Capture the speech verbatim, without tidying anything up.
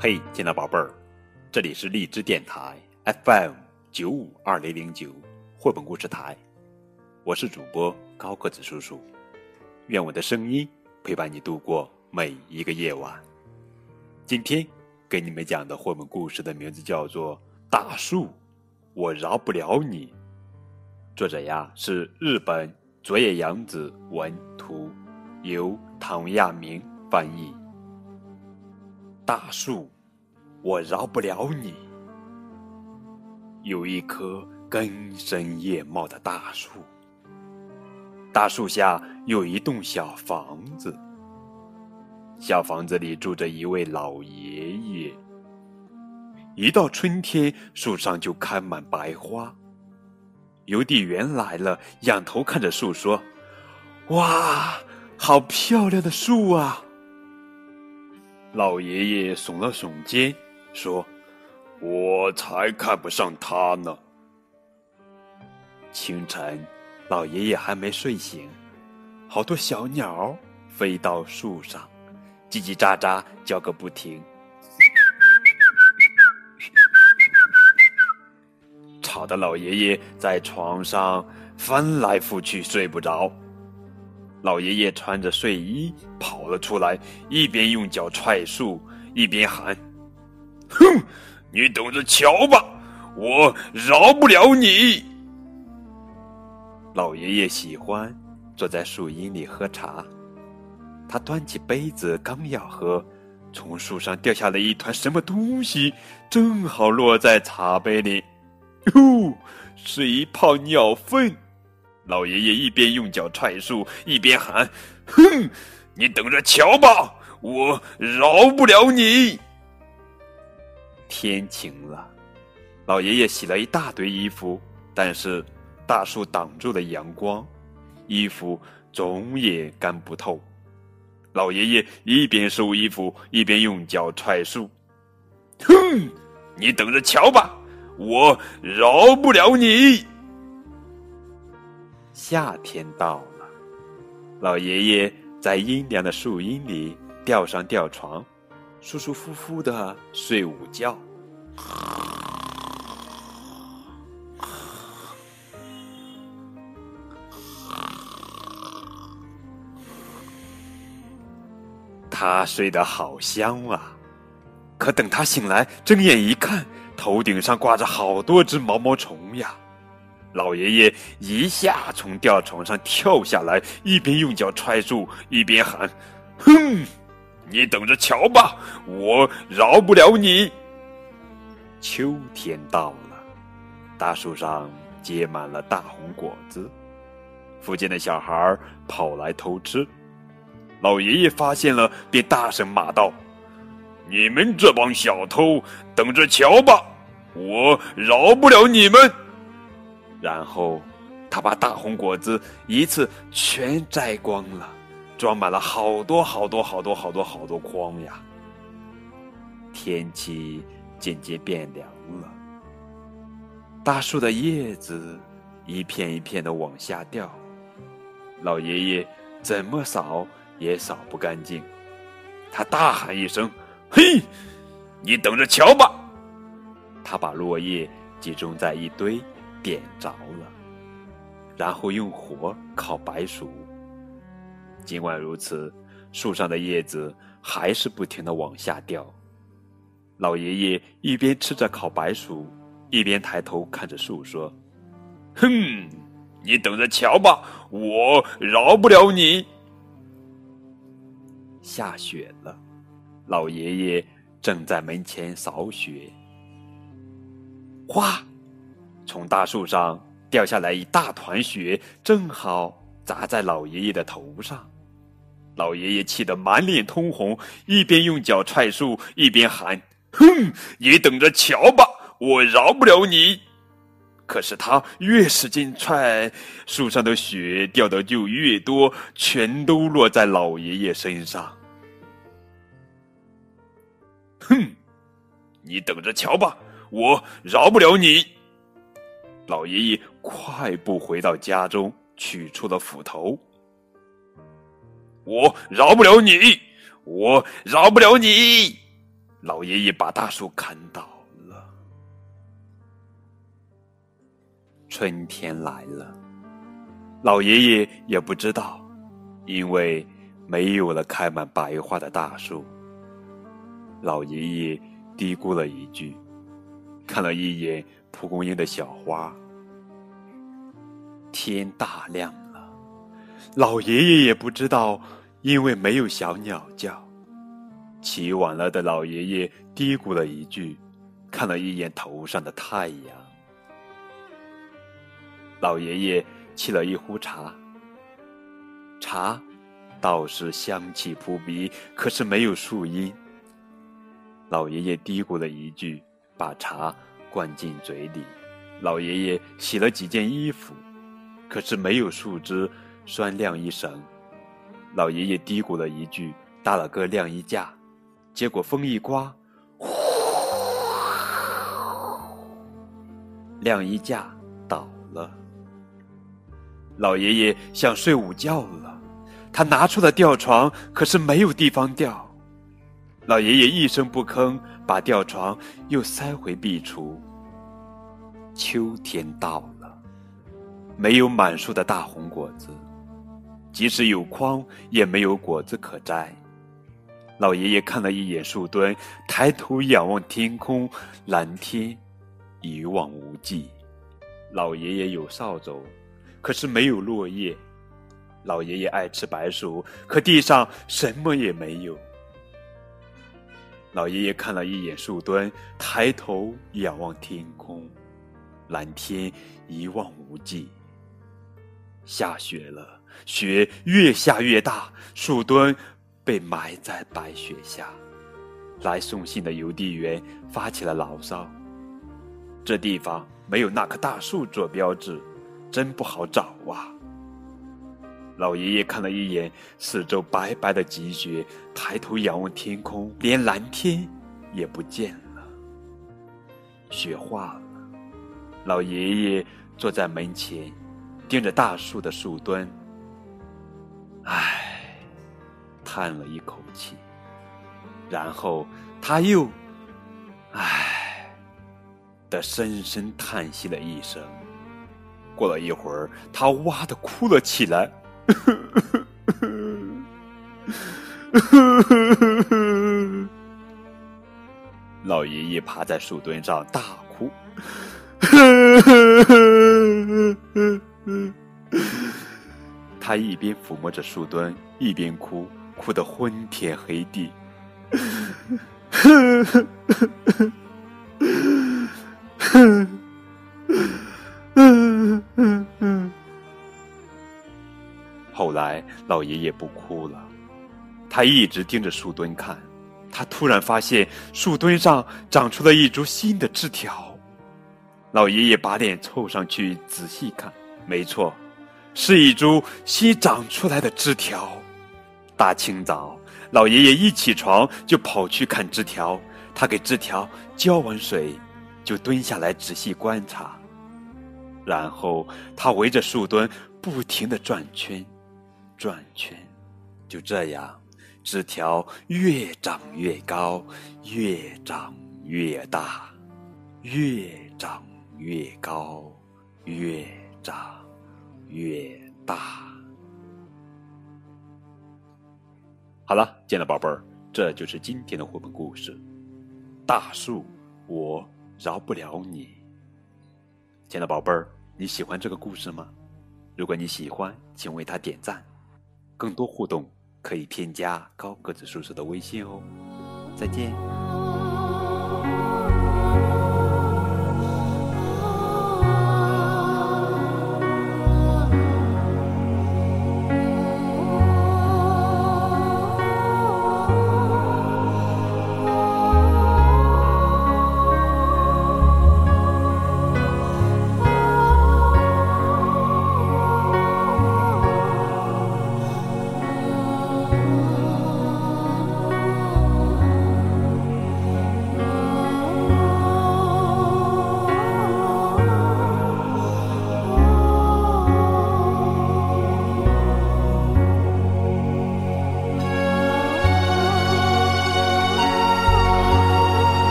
嘿，亲爱的宝贝儿，这里是荔枝电台 F M 九五二零零九绘本故事台，我是主播高个子叔叔，愿我的声音陪伴你度过每一个夜晚。今天给你们讲的绘本故事的名字叫做《大树，我饶不了你》，作者呀是日本佐野洋子文图，由唐亚明翻译。大树，我饶不了你。有一棵根深叶茂的大树，大树下有一栋小房子，小房子里住着一位老爷爷。一到春天，树上就开满白花。邮递员来了，仰头看着树说：“哇，好漂亮的树啊！”老爷爷耸了耸肩，说：“我才看不上它呢。”清晨，老爷爷还没睡醒，好多小鸟飞到树上，叽叽喳喳叫个不停，吵得老爷爷在床上翻来覆去睡不着。老爷爷穿着睡衣跑了出来，一边用脚踹树，一边喊：“哼，你等着瞧吧，我饶不了你！”老爷爷喜欢坐在树荫里喝茶，他端起杯子刚要喝，从树上掉下了一团什么东西，正好落在茶杯里。哟，是一泡鸟粪！老爷爷一边用脚踹树，一边喊：“哼，你等着瞧吧，我饶不了你！”天晴了，老爷爷洗了一大堆衣服，但是大树挡住了阳光，衣服总也干不透。老爷爷一边收衣服，一边用脚踹树：“哼，你等着瞧吧，我饶不了你！”夏天到了，老爷爷在阴凉的树荫里吊上吊床，舒舒服服地睡午觉。他睡得好香啊！可等他醒来，睁眼一看，头顶上挂着好多只毛毛虫呀！老爷爷一下从吊床上跳下来，一边用脚踹树，一边喊：“哼，你等着瞧吧，我饶不了你！”秋天到了，大树上结满了大红果子，附近的小孩跑来偷吃。老爷爷发现了，便大声骂道：“你们这帮小偷，等着瞧吧，我饶不了你们！”然后他把大红果子一次全摘光了，装满了好多好多好多好多好多筐呀。天气渐渐变凉了，大树的叶子一片一片的往下掉，老爷爷怎么扫也扫不干净。他大喊一声：“嘿，你等着瞧吧！”他把落叶集中在一堆，点着了，然后用火烤白薯。尽管如此，树上的叶子还是不停地往下掉。老爷爷一边吃着烤白薯，一边抬头看着树说：“哼，你等着瞧吧，我饶不了你！”下雪了，老爷爷正在门前扫雪。哗！从大树上掉下来一大团雪，正好砸在老爷爷的头上。老爷爷气得满脸通红，一边用脚踹树，一边喊：“哼，你等着瞧吧，我饶不了你！”可是他越使劲踹，树上的雪掉的就越多，全都落在老爷爷身上。哼，你等着瞧吧，我饶不了你！老爷爷快步回到家中，取出了斧头。我饶不了你，我饶不了你！ 老爷爷把大树砍倒了。春天来了，老爷爷也不知道，因为没有了开满白花的大树。老爷爷嘀咕了一句，看了一眼蒲公英的小花。天大亮了，老爷爷也不知道，因为没有小鸟叫。起晚了的老爷爷嘀咕了一句，看了一眼头上的太阳。老爷爷沏了一壶茶，茶倒是香气扑鼻，可是没有树荫。老爷爷嘀咕了一句，把茶灌进嘴里。老爷爷洗了几件衣服，可是没有树枝拴晾衣绳。老爷爷嘀咕了一句，搭了个晾衣架，结果风一刮，呼，晾衣架倒了。老爷爷想睡午觉了，他拿出了吊床，可是没有地方吊。老爷爷一声不吭，把吊床又塞回壁橱。秋天到了，没有满树的大红果子，即使有筐，也没有果子可摘。老爷爷看了一眼树墩，抬头仰望天空，蓝天一望无际。老爷爷有扫帚，可是没有落叶。老爷爷爱吃白薯，可地上什么也没有。老爷爷看了一眼树墩，抬头仰望天空，蓝天一望无际。下雪了，雪越下越大，树墩被埋在白雪下。来送信的邮递员发起了牢骚，这地方没有那棵大树做标志，真不好找啊。老爷爷看了一眼四周白白的积雪，抬头仰望天空，连蓝天也不见了。雪化了，老爷爷坐在门前，盯着大树的树墩，唉，叹了一口气，然后他又唉的深深叹息了一声。过了一会儿，他哇地哭了起来。老爷爷趴在树墩上大哭。他一边抚摸着树墩，一边哭，哭得昏天黑地。后来老爷爷不哭了，他一直盯着树墩看。他突然发现树墩上长出了一株新的枝条。老爷爷把脸凑上去仔细看，没错，是一株新长出来的枝条。大清早，老爷爷一起床就跑去看枝条，他给枝条浇完水，就蹲下来仔细观察。然后他围着树墩不停地转圈转圈，就这样，枝条越长越高，越长越大，越长越高，越长越大。好了，亲爱的宝贝儿，这就是今天的绘本故事。大树，我饶不了你。亲爱的宝贝儿，你喜欢这个故事吗？如果你喜欢，请为它点赞。更多互动可以添加高个子叔叔的微信哦。再见。